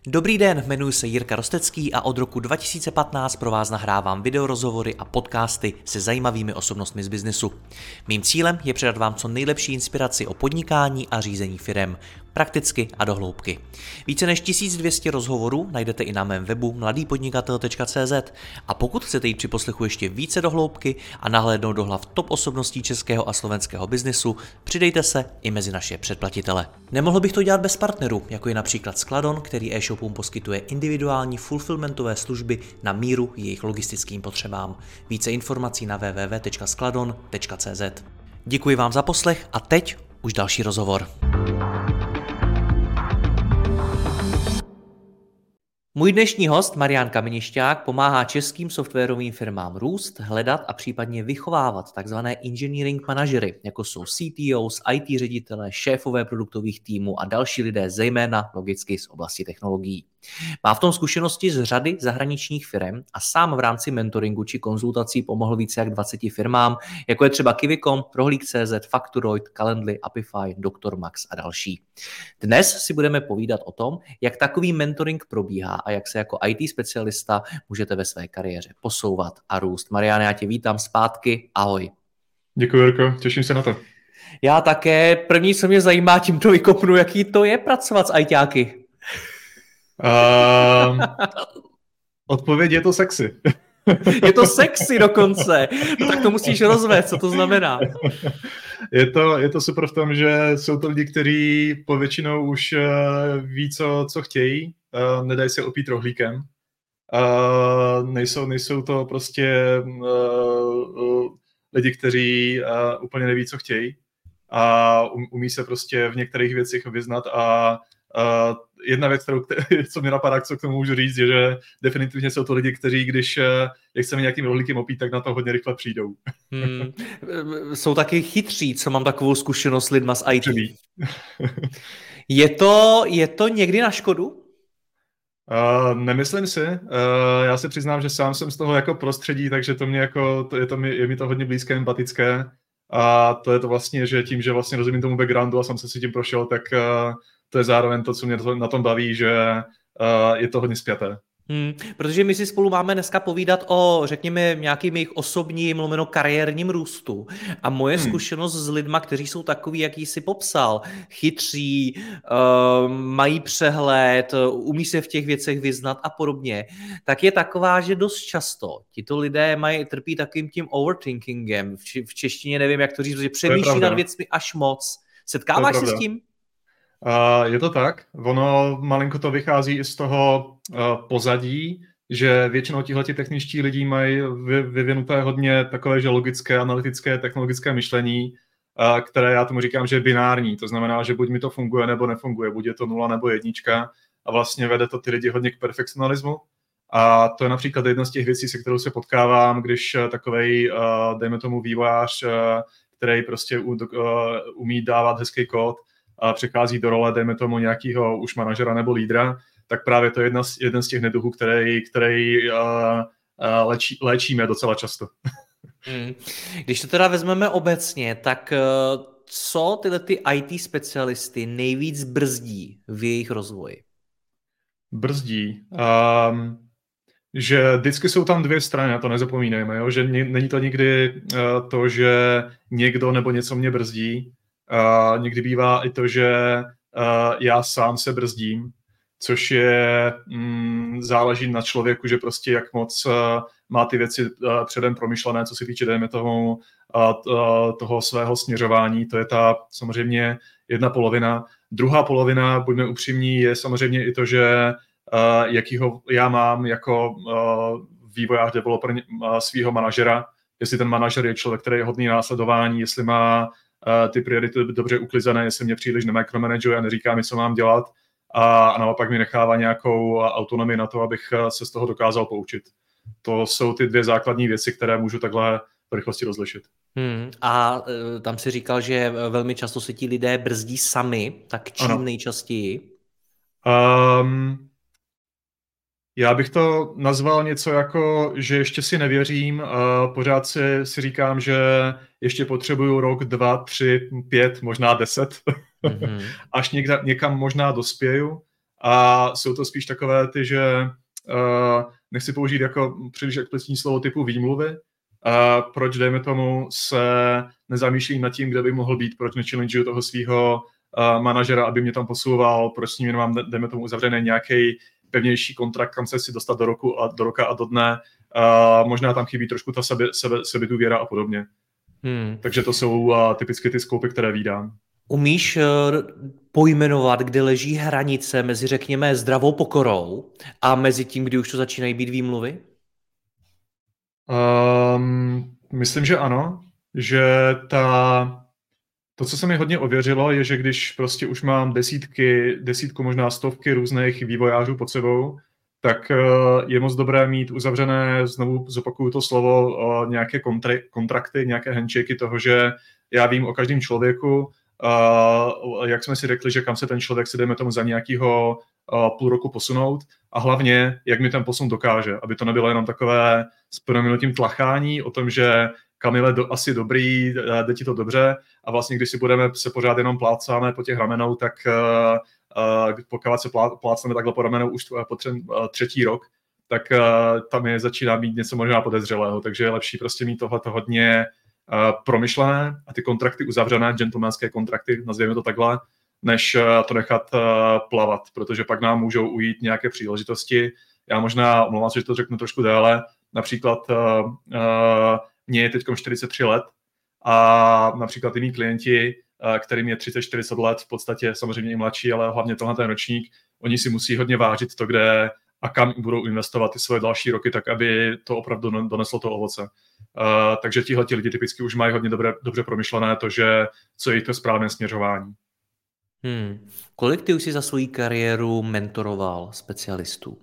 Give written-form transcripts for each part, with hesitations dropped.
Dobrý den, jmenuji se Jirka Rostecký a od roku 2015 pro vás nahrávám videorozhovory a podcasty se zajímavými osobnostmi z biznesu. Mým cílem je předat vám co nejlepší inspiraci o podnikání a řízení firem, prakticky a do hloubky. Více než 1200 rozhovorů najdete i na mém webu mladýpodnikatel.cz a pokud chcete jít při poslechu ještě více do hloubky a nahlédnout do hlav top osobností českého a slovenského biznesu, přidejte se i mezi naše předplatitele. Nemohl bych to dělat bez partnerů, jako je například Skladon, který e-shopům poskytuje individuální fulfillmentové služby na míru jejich logistickým potřebám. Více informací na www.skladon.cz. Děkuji vám za poslech a teď už další rozhovor. Můj dnešní host Marián Kamenišťák pomáhá českým softwarovým firmám růst, hledat a případně vychovávat takzvané engineering manažery, jako jsou CTOs, IT ředitelé, šéfové produktových týmů a další lidé, zejména logicky z oblasti technologií. Má v tom zkušenosti z řady zahraničních firm a sám v rámci mentoringu či konzultací pomohl více jak 20 firmám, jako je třeba Kivicom, Rohlík.cz, Facturoid, Calendly, Apify, Dr. Max a další. Dnes si budeme povídat o tom, jak takový mentoring probíhá a jak se jako IT specialista můžete ve své kariéře posouvat a růst. Mariáne, já tě vítám zpátky. Ahoj. Děkuji, Jirko, těším se na to. Já také. První, co mě zajímá, tímto vykopnu, jaký to je pracovat s ITáky. Odpověď je to sexy. Je to sexy dokonce. No tak to musíš rozvést, co to znamená. Je to super v tom, že jsou to lidi, kteří povětšinou už ví, co chtějí, nedají se opít rohlíkem. Nejsou to prostě lidi, kteří úplně neví, co chtějí a umí se prostě v některých věcech vyznat a jedna věc, co mě napadá, co k tomu můžu říct, je, že definitivně jsou to lidi, kteří, když jak chceme nějakým rohlíkem opít, tak na to hodně rychle přijdou. Jsou taky chytří, co mám takovou zkušenost s lidma z IT. Je to někdy na škodu? Nemyslím si. Já se přiznám, že sám jsem z toho jako prostředí, takže to mě jako, je mi to hodně blízké, empatické. A to je to vlastně, že tím, že vlastně rozumím tomu backgroundu a jsem se si tím prošel, tak to je zároveň to, co mě na tom baví, že je to hodně spjaté. Protože my si spolu máme dneska povídat o, řekněme, nějakým jejich osobním, kariérním růstu. A moje zkušenost s lidma, kteří jsou takový, jaký jsi popsal, chytří, mají přehled, umí se v těch věcech vyznat a podobně, tak je taková, že dost často tito lidé trpí takovým tím overthinkingem. V češtině nevím, jak to říct, že přemýšlí nad věcmi až moc. Setkáváš se s tím? Je to tak. Ono malinko to vychází i z toho pozadí, že většinou tihleti techničtí lidi mají vyvinuté hodně takové, že logické, analytické, technologické myšlení, které já tomu říkám, že je binární. To znamená, že buď mi to funguje, nebo nefunguje. Buď je to 0 nebo 1. A vlastně vede to ty lidi hodně k perfekcionalismu. A to je například jedna z těch věcí, se kterou se potkávám, když takovej, dejme tomu vývojář, který prostě umí dávat hezký kód, a přechází do role, dejme tomu nějakého už manažera nebo lídra, tak právě to je jeden z těch neduhů, který léčíme docela často. Když to teda vezmeme obecně, tak co tyhle ty IT specialisty nejvíc brzdí v jejich rozvoji? Brzdí? Že vždycky jsou tam dvě strany, a to nezapomínejme, jo? Že není to nikdy to, že někdo nebo něco mě brzdí. Někdy bývá i to, že já sám se brzdím, což je záleží na člověku, že prostě jak moc má ty věci předem promyšlené, co se týče, dejme toho svého směřování. To je ta samozřejmě jedna polovina. Druhá polovina, buďme upřímní, je samozřejmě i to, že jakýho já mám jako vývojář, developer svýho manažera, jestli ten manažer je člověk, který je hodný následování, jestli má ty priority dobře uklizené, jestli mě příliš nemicromanaguje a neříká mi, co mám dělat a naopak mi nechává nějakou autonomii na to, abych se z toho dokázal poučit. To jsou ty dvě základní věci, které můžu takhle v rychlosti rozlišit. A tam si říkal, že velmi často se ti lidé brzdí sami, tak čím ano. Nejčastěji? Já bych to nazval něco jako, že ještě si nevěřím, pořád si říkám, že ještě potřebuju rok, 2, 3, 5, možná 10, až někam možná dospěju a jsou to spíš takové ty, že nechci použít jako příliš explicitní slovo typu výmluvy, proč, dejme tomu, se nezamýšlím nad tím, kde bych mohl být, proč nechallengeju toho svého manažera, aby mě tam posouval, proč s ním mám, dejme tomu, uzavřený nějaký pevnější kontrakt, kam se si dostat do roka a do dne. Možná tam chybí trošku ta sebedůvěra a podobně. Takže to jsou typicky ty skopy, které vídám. Umíš pojmenovat, kde leží hranice mezi, řekněme, zdravou pokorou a mezi tím, kdy už to začínají být výmluvy? Myslím, že ano. Že to, co se mi hodně ověřilo, je, že když prostě už mám desítku, možná stovky různých vývojářů pod sebou, tak je moc dobré mít uzavřené, znovu zopakuju to slovo, nějaké kontrakty, nějaké handshakey toho, že já vím o každém člověku, jak jsme si řekli, že kam se ten člověk si jdeme tomu za nějakého půl roku posunout a hlavně, jak mi ten posun dokáže, aby to nebylo jenom takové s prominutím tlachání o tom, že Kamile, asi dobrý, jde ti to dobře a vlastně, když si budeme se pořád jenom plácáme po těch ramenou, tak pokud se plácáme takhle po ramenou už po třetí rok, tak tam je začíná být něco možná podezřelého, takže je lepší prostě mít tohleto hodně promyšlené a ty kontrakty uzavřené, gentlemanské kontrakty, nazvěme to takhle, než to nechat plavat, protože pak nám můžou ujít nějaké příležitosti. Já možná, omlouvám se, že to řeknu trošku déle, například mně je teď 43 let a například i mý klienti, kterým je 30-40 let, v podstatě samozřejmě i mladší, ale hlavně tenhle ten ročník, oni si musí hodně vážit to, kde a kam budou investovat ty svoje další roky, tak aby to opravdu doneslo to ovoce. Takže tihleti lidi typicky už mají hodně dobře promyšlené to, že co je to správné směřování. Kolik ty už jsi za svou kariéru mentoroval specialistů?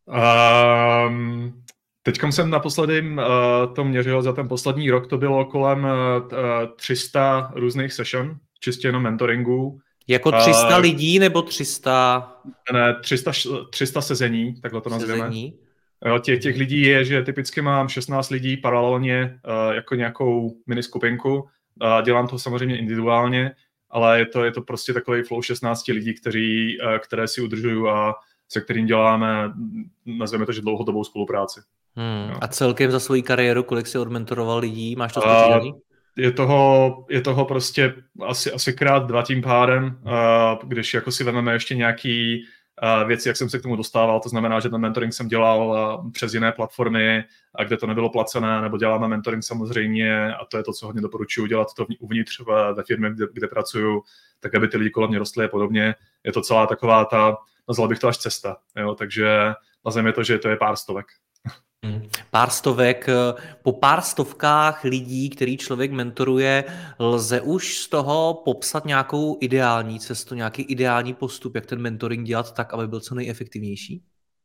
Teďkom jsem naposledy to měřil za ten poslední rok, to bylo kolem 300 různých session, čistě jenom mentoringů. Jako 300 lidí nebo 300? Ne, 300 sezení, takhle to nazveme. Jo, těch lidí je, že typicky mám 16 lidí paralelně jako nějakou miniskupinku. Dělám to samozřejmě individuálně, ale je to prostě takový flow 16 lidí, které si udržuju a se kterým děláme, nazveme to, že dlouhodobou spolupráci. A celkem za svou kariéru, kolik jsi odmentoroval lidí? Máš to spočítaný? Je toho prostě asi krát 2 tím pádem, když jako si vezmeme ještě nějaký věci, jak jsem se k tomu dostával, to znamená, že ten mentoring jsem dělal přes jiné platformy, kde to nebylo placené, nebo děláme mentoring samozřejmě, a to je to, co hodně doporučuji, dělat to uvnitř ve firmě, kde pracuju, tak aby ty lidi kolem mě rostly a podobně. Je to celá taková nazval bych to až cesta, jo? Takže nazveme to, že to je pár stovek. Pár stovek, po pár stovkách lidí, který člověk mentoruje, lze už z toho popsat nějakou ideální cestu, nějaký ideální postup, jak ten mentoring dělat tak, aby byl co nejefektivnější?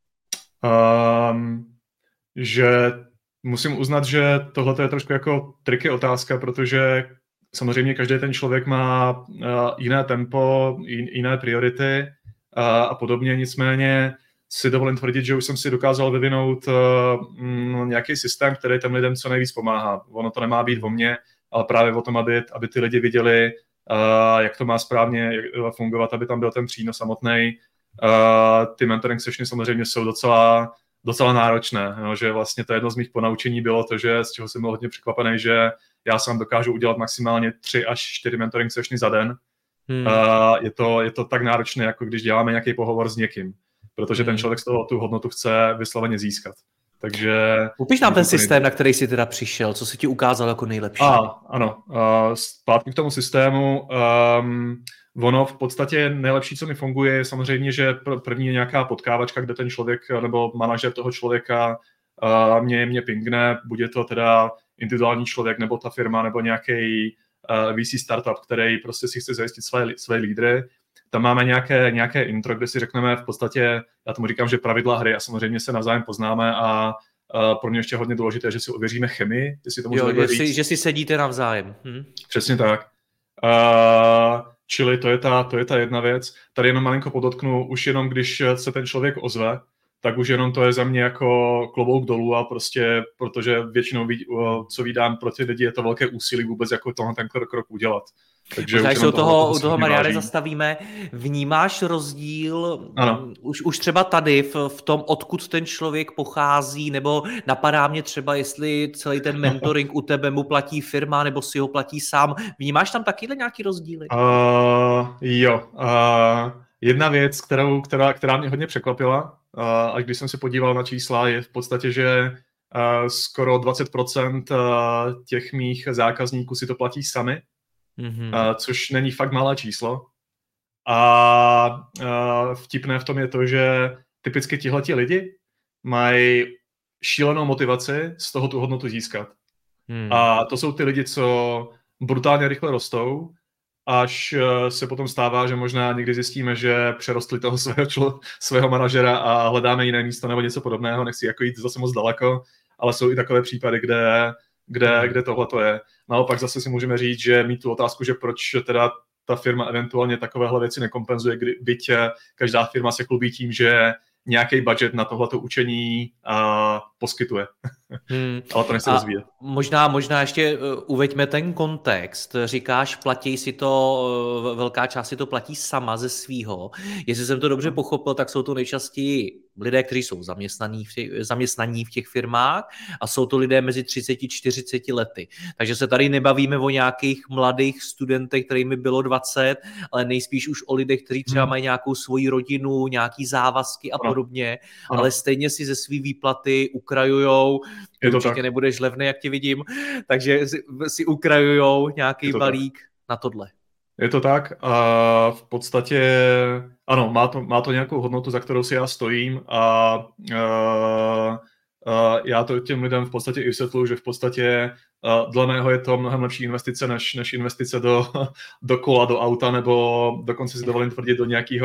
Že musím uznat, že tohle je trošku jako triky otázka, protože samozřejmě každý ten člověk má jiné tempo, jiné priority a podobně, nicméně si dovolím tvrdit, že už jsem si dokázal vyvinout nějaký systém, který těm lidem co nejvíc pomáhá. Ono to nemá být o mně, ale právě o tom, aby ty lidi viděli, jak to má správně fungovat, aby tam byl ten přínos samotný. Ty mentoring sessiony samozřejmě jsou docela náročné, no, že vlastně to jedno z mých ponaučení bylo to, že z čeho jsem byl hodně překvapený, že já sám dokážu udělat maximálně 3 až 4 mentoring sessiony za den. Je to tak náročné, jako když děláme nějaký pohovor s někým, protože ten člověk z toho tu hodnotu chce vysloveně získat. Takže... Popiš nám ten systém, na který jsi teda přišel, co se ti ukázalo jako nejlepší. Ano, zpátky k tomu systému. Ono v podstatě nejlepší, co mi funguje, je samozřejmě, že první je nějaká potkávačka, kde ten člověk nebo manažer toho člověka mě pingne, buď je to teda individuální člověk, nebo ta firma, nebo nějaký VC startup, který prostě si chce zajistit své lídry. Tam máme nějaké intro, kde si řekneme v podstatě, já tomu říkám, že pravidla hry a samozřejmě se navzájem poznáme a pro mě ještě hodně důležité, že si ověříme chemii, jestli to můžeme říct. Že si sedíte navzájem. Přesně tak. Čili to je ta jedna věc. Tady jenom malinko podotknu, už jenom když se ten člověk ozve, tak už jenom to je za mě jako klobouk dolů a prostě, protože většinou, co vídám pro ty lidi, je to velké úsilí vůbec jako ten krok udělat. Takže Možná, už když se jenom u se toho hodně Mariáne váží. zastavíme, vnímáš rozdíl Ano. už třeba tady v tom, odkud ten člověk pochází, nebo napadá mě třeba, jestli celý ten mentoring u tebe mu platí firma, nebo si ho platí sám. Vnímáš tam takyhle nějaký rozdíly? Jo. Jedna věc, která mě hodně překvapila, a když jsem se podíval na čísla, je v podstatě, že skoro 20% těch mých zákazníků si to platí sami, což není fakt malé číslo. A vtipné v tom je to, že typicky tihleti lidi mají šílenou motivaci z toho tu hodnotu získat. A to jsou ty lidi, co brutálně rychle rostou, až se potom stává, že možná někdy zjistíme, že přerostli toho svého manažera a hledáme jiné místo nebo něco podobného, nechci jako jít zase moc daleko, ale jsou i takové případy, kde tohle to je. Naopak zase si můžeme říct, že mít tu otázku, že proč teda ta firma eventuálně takovéhle věci nekompenzuje, byť každá firma se chlubí tím, že nějaký budget na tohleto učení poskytuje. Ale to nechci rozvíjet. Možná ještě uveďme ten kontext. Říkáš, platí si to, velká část si to platí sama ze svýho. Jestli jsem to dobře pochopil, tak jsou to nejčastěji lidé, kteří jsou zaměstnaní v těch firmách a jsou to lidé mezi 30-40 lety. Takže se tady nebavíme o nějakých mladých studentech, kterými bylo 20, ale nejspíš už o lidech, kteří třeba mají nějakou svoji rodinu, nějaký závazky a podobně, ale stejně si ze svý výplaty ukrajujou, určitě nebudeš levný, jak tě vidím, takže si ukrajujou nějaký balík na tohle. Je to tak a v podstatě ano, má to nějakou hodnotu, za kterou si já stojím a já to těm lidem v podstatě i vysvětluji, že v podstatě dle mého je to mnohem lepší investice než investice do kola, do auta, nebo dokonce si dovolím tvrdit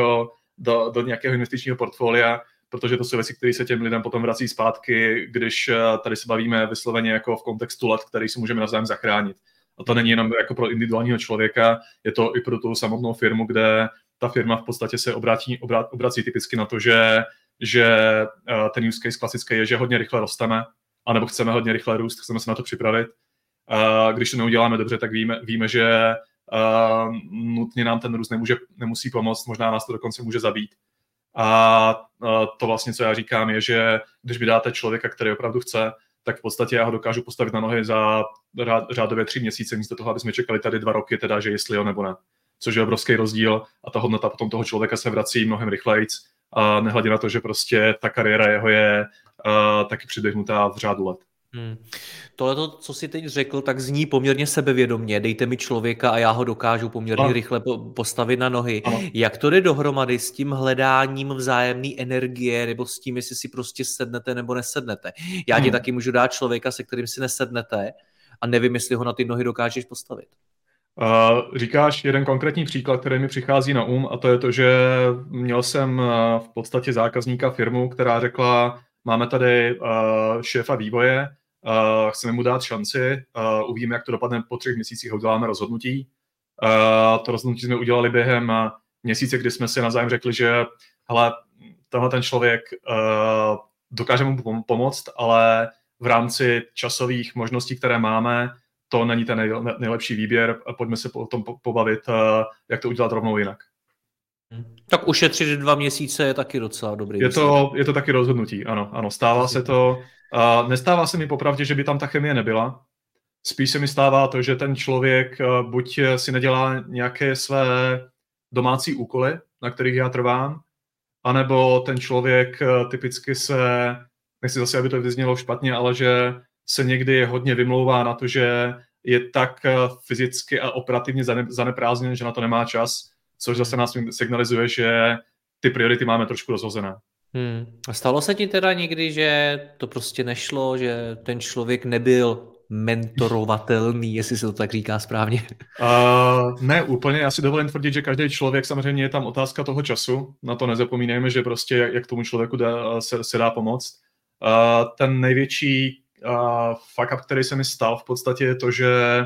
do nějakého investičního portfolia, protože to jsou věci, které se těm lidem potom vrací zpátky, když tady se bavíme vysloveně jako v kontextu let, který si můžeme navzájem zachránit. A to není jenom jako pro individuálního člověka, je to i pro tu samotnou firmu, kde ta firma v podstatě se obrací typicky na to, že ten use case klasický je, že hodně rychle rosteme, anebo chceme hodně rychle růst, chceme se na to připravit. Když to neuděláme dobře, tak víme že nutně nám ten růst nemusí pomoct, možná nás to dokonce může zabít. A to vlastně, co já říkám, je, že když mi dáte člověka, který opravdu chce, tak v podstatě já ho dokážu postavit na nohy za řádově 3 měsíce, místo toho, aby jsme čekali tady 2 roky, teda, že jestli jo nebo ne. Což je obrovský rozdíl a ta hodnota potom toho člověka se vrací mnohem rychlejc a nehledě na to, že prostě ta kariéra jeho je taky přiběhnutá v řádu let. Tohle, co jsi teď řekl, tak zní poměrně sebevědomně. Dejte mi člověka a já ho dokážu poměrně rychle postavit na nohy. Jak to jde dohromady s tím hledáním vzájemné energie nebo s tím, jestli si prostě sednete nebo nesednete? Já ti taky můžu dát člověka, se kterým si nesednete a nevím, jestli ho na ty nohy dokážeš postavit. Říkáš jeden konkrétní příklad, který mi přichází na a to je to, že měl jsem v podstatě zákazníka firmu, která řekla, máme tady šéfa vývoje, chceme mu dát šanci, uvidíme, jak to dopadne po 3 měsících, uděláme rozhodnutí. To rozhodnutí jsme udělali během měsíce, kdy jsme si navzájem řekli, že hele, tenhle ten člověk dokáže mu pomoct, ale v rámci časových možností, které máme, to není ten nejlepší výběr a pojďme se o tom pobavit, jak to udělat rovnou jinak. Tak ušetřit 2 měsíce je taky docela dobrý. Je to taky rozhodnutí, ano, stává se to. Nestává se mi popravdě, že by tam ta chemie nebyla. Spíš se mi stává to, že ten člověk buď si nedělá nějaké své domácí úkoly, na kterých já trvám, anebo ten člověk typicky nechci zase, aby to vyznělo špatně, ale že se někdy hodně vymlouvá na to, že je tak fyzicky a operativně zaneprázdněn, že na to nemá čas, což zase nás signalizuje, že ty priority máme trošku rozhozené. A stalo se ti teda někdy, že to prostě nešlo, že ten člověk nebyl mentorovatelný, jestli se to tak říká správně? Ne úplně, já si dovolím tvrdit, že každý člověk, samozřejmě je tam otázka toho času, na to nezapomínejme, že prostě jak tomu člověku se dá pomoct. Ten největší fuck up, který se mi stal v podstatě je to, že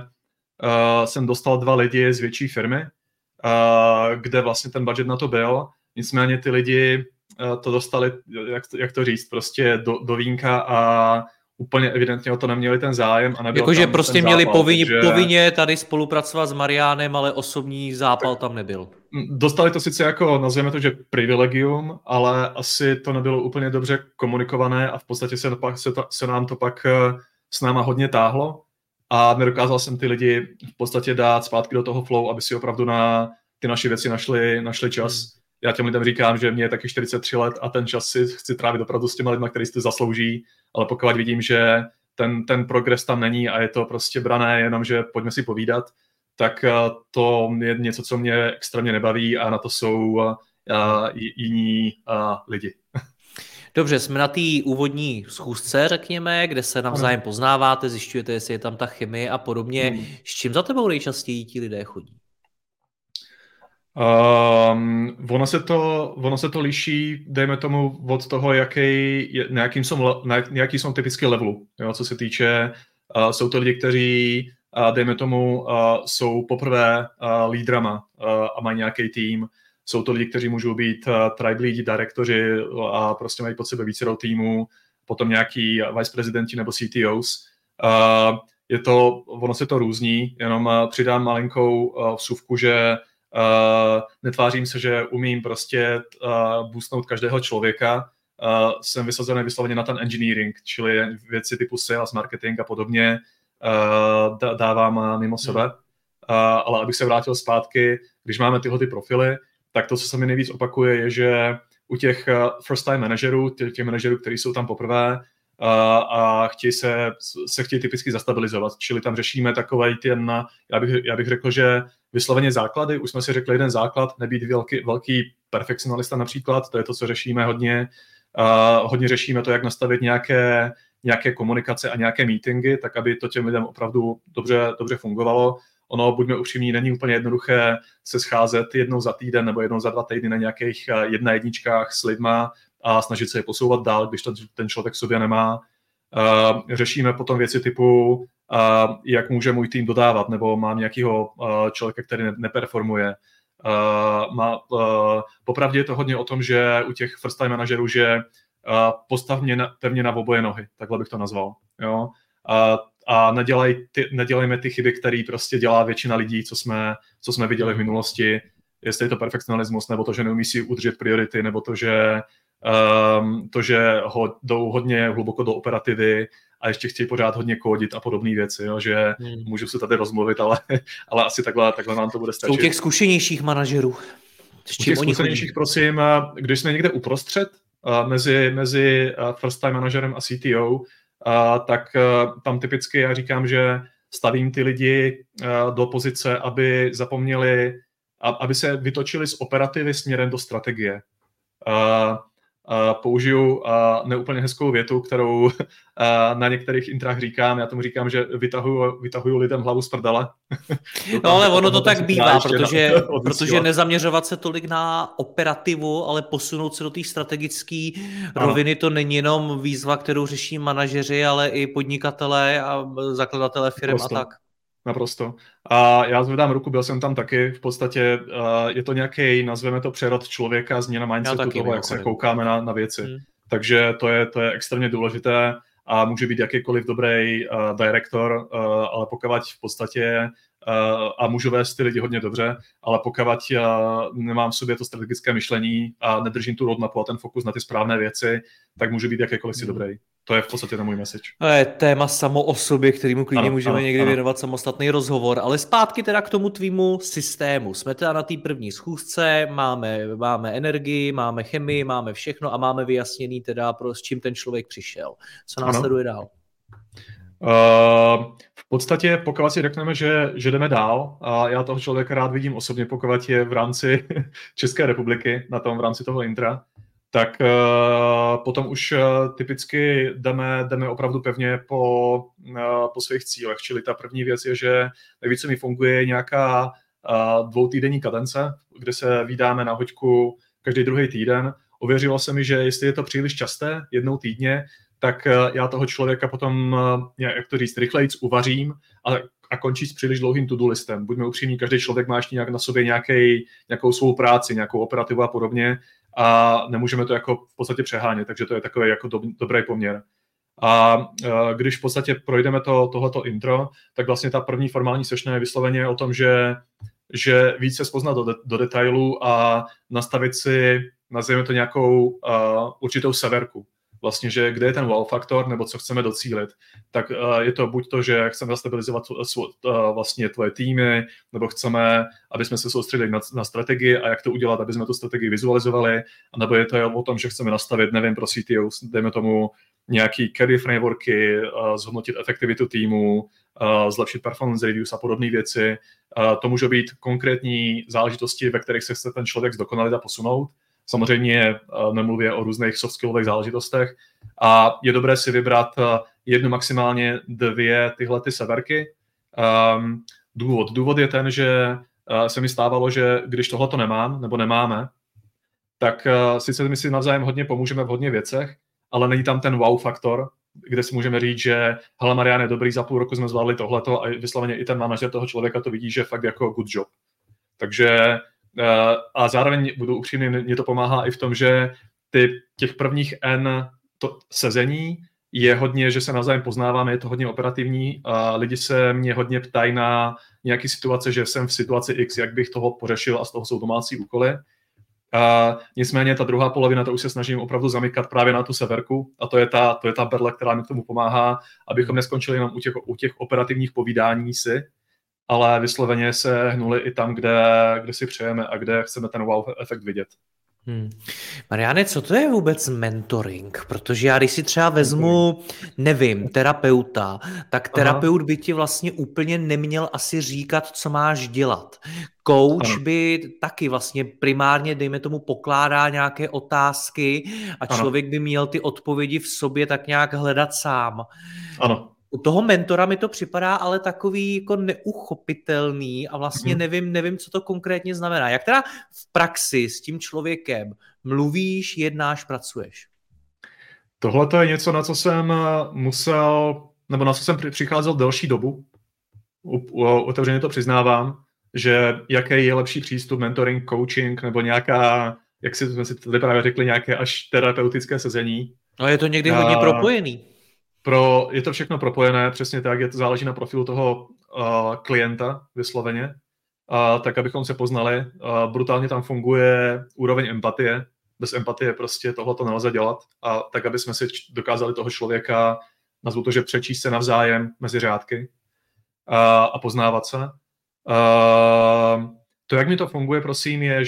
jsem dostal 2 lidi z větší firmy, kde vlastně ten budget na to byl, nicméně ty lidi to dostali, jak to říct, prostě do vínka a úplně evidentně o to neměli ten zájem. Jakože prostě měli takže... povinně tady spolupracovat s Mariánem, ale osobní zápal tam nebyl. Dostali to sice jako, nazveme to, že privilegium, ale asi to nebylo úplně dobře komunikované a v podstatě se nám to pak s náma hodně táhlo a nedokázal jsem ty lidi v podstatě dát zpátky do toho flow, aby si opravdu na ty naše věci našli čas. Já těm lidem říkám, že mě je taky 43 let a ten čas si chci trávit opravdu s těma lidma, který si to zaslouží, ale pokud vidím, že ten progres tam není a je to prostě brané jenom, že pojďme si povídat, tak to je něco, co mě extrémně nebaví a na to jsou jiní lidi. Dobře, jsme na té úvodní schůzce, řekněme, kde se navzájem poznáváte, zjišťujete, jestli je tam ta chemie a podobně. S čím za tebou nejčastěji ti lidé chodí? Ono se to liší, dejme tomu, od toho, na jaký jsou typické levelu, jo, co se týče, jsou to lidi, kteří, dejme tomu, jsou poprvé lídrama a mají nějaký tým, jsou to lidi, kteří můžou být tribe lead, direktoři a prostě mají pod sebe více týmů, potom nějaký viceprezidenti nebo CTOs. Ono se to různí, jenom přidám malinkou vsuvku, že netvářím se, že umím prostě boostnout každého člověka. Jsem vysazený vysloveně na ten engineering, čili věci typu sales, marketing a podobně dávám mimo sebe. Ale abych se vrátil zpátky, když máme tyhle ty profily, tak to, co se mi nejvíc opakuje, je, že u těch first time manažerů, těch manažerů, kteří jsou tam poprvé a chtějí typicky zastabilizovat. Čili tam řešíme takovej já bych řekl, že vysloveně základy, už jsme si řekli jeden základ, nebýt velký perfekcionalista například, to je to, co řešíme hodně. Hodně řešíme to, jak nastavit nějaké komunikace a nějaké meetingy, tak aby to těm lidem opravdu dobře fungovalo. Ono, buďme upřímní, není úplně jednoduché se scházet jednou za týden nebo jednou za 2 týdny na nějakých jedničkách s lidma a snažit se je posouvat dál, když ten člověk sobě nemá. Řešíme potom věci typu, jak může můj tým dodávat, nebo mám nějakého člověka, který neperformuje. Popravdě je to hodně o tom, že u těch first time manažerů, že postav mě pevně na oboje nohy, takhle bych to nazval. Jo? A nedělejme ty chyby, které prostě dělá většina lidí, co jsme viděli v minulosti, jestli je to perfekcionalismus, nebo to, že neumí si udržet priority, nebo to, že jdou hodně hluboko do operativy a ještě chtějí pořád hodně kódit a podobné věci, jo, že můžu se tady rozmluvit, ale asi takhle nám to bude stačit. U těch zkušenějších manažerů. U těch zkušenějších, prosím, když jsme někde uprostřed mezi first time manažerem a CTO, tak tam typicky já říkám, že stavím ty lidi do pozice, aby zapomněli, aby se vytočili z operativy směrem do strategie. Použiju neúplně hezkou větu, kterou na některých intrách říkám. Já tomu říkám, že vytahuju lidem hlavu z prdele. No ale ono to tak bývá, protože nezaměřovat se tolik na operativu, ale posunout se do té strategické roviny, to není jenom výzva, kterou řeší manažeři, ale i podnikatelé a zakladatelé firm a tak. Naprosto. A já zvedám ruku, byl jsem tam taky. V podstatě je to nějaký, nazveme to přerod člověka, změna mindsetu toho, jak se koukáme na věci. Takže to je extrémně důležité a může být jakýkoliv dobrý direktor, ale pokud v podstatě a můžu vést ty lidi hodně dobře, ale pokud nemám v sobě to strategické myšlení a nedržím tu roadmapu a ten fokus na ty správné věci, tak může být jakýkoliv si dobrý. To je v podstatě na můj message. To je téma samo o sobě, kterému klidně můžeme někdy věnovat samostatný rozhovor, ale zpátky teda k tomu tvýmu systému. Jsme teda na té první schůzce, máme energii, máme chemii, máme všechno a máme vyjasněný teda, s čím ten člověk přišel. Co následuje dál? V podstatě, pokud si řekneme, že jdeme dál, a já toho člověka rád vidím osobně, pokud je v rámci České republiky, v rámci toho intra, tak potom už typicky jdeme opravdu pevně po svých cílech. Čili ta první věc je, že nejvíce mi funguje nějaká 2týdenní kadence, kde se vídáme na hoďku každý druhý týden. Ověřilo se mi, že jestli je to příliš časté, jednou týdně, tak já toho člověka potom, jak to říct, rychlejc uvařím a končí s příliš dlouhým to-do listem. Buďme upřímní, každý člověk má ještě na sobě nějakou svou práci, nějakou operativu a podobně a nemůžeme to jako v podstatě přehánět, takže to je takový jako dobrý poměr. A když v podstatě projdeme tohleto intro, tak vlastně ta první formální session je vysloveně o tom, že víc se spoznat do detailů a nastavit si, nazveme to nějakou určitou severku. Vlastně, že kde je ten wow faktor, nebo co chceme docílit. Tak je to buď to, že chceme zastabilizovat vlastně tvoje týmy, nebo chceme, aby jsme se soustředili na strategii a jak to udělat, aby jsme tu strategii vizualizovali, nebo je to o tom, že chceme nastavit, nevím, pro CTO, dejme tomu nějaký carry frameworky, zhodnotit efektivitu týmu, zlepšit performance reviews a podobné věci. To můžou být konkrétní záležitosti, ve kterých se chce ten člověk zdokonalit a posunout. Samozřejmě nemluvě o různých soft skillových záležitostech. A je dobré si vybrat jednu, maximálně dvě tyhle ty severky. Důvod je ten, že se mi stávalo, že když tohleto nemám, nebo nemáme, tak sice my si navzájem hodně pomůžeme v hodně věcech, ale není tam ten wow faktor, kde si můžeme říct, že hele, Marián je dobrý, za půl roku jsme zvládli tohleto a vysloveně i ten manažer toho člověka to vidí, že fakt jako good job. Takže a zároveň budu upřímný, mě to pomáhá i v tom, že těch prvních sezení je hodně, že se navzájem poznáváme, je to hodně operativní a lidi se mě hodně ptají na nějaké situace, že jsem v situaci X, jak bych toho pořešil a z toho jsou domácí úkoly. Nicméně ta druhá polovina, to už se snažím opravdu zamykat právě na tu severku a to je ta berle, která mi k tomu pomáhá, abychom neskončili jenom u těch operativních povídání si, ale vysloveně se hnuli i tam, kde si přejeme a kde chceme ten wow efekt vidět. Mariáne, co to je vůbec mentoring? Protože já když si třeba vezmu, nevím, terapeuta, tak terapeut by ti vlastně úplně neměl asi říkat, co máš dělat. Coach by taky vlastně primárně, dejme tomu, pokládá nějaké otázky a člověk by měl ty odpovědi v sobě tak nějak hledat sám. Ano. U toho mentora mi to připadá ale takový jako neuchopitelný a vlastně nevím, co to konkrétně znamená. Jak teda v praxi s tím člověkem mluvíš, jednáš, pracuješ? Tohle to je něco, na co jsem musel, nebo na co jsem přicházel delší dobu. Otevřeně to přiznávám, že jaký je lepší přístup, mentoring, coaching, nebo nějaká, jak jsme si tady právě řekli, nějaké až terapeutické sezení. No je to někdy hodně propojený. Je to všechno propojené, přesně tak, záleží na profilu toho klienta vysloveně, tak abychom se poznali. Brutálně tam funguje úroveň empatie. Bez empatie prostě tohleto nelze dělat. A tak, aby jsme si dokázali toho člověka, nazvu to, že přečíst se navzájem mezi řádky a poznávat se. To, jak mi to funguje, prosím, je,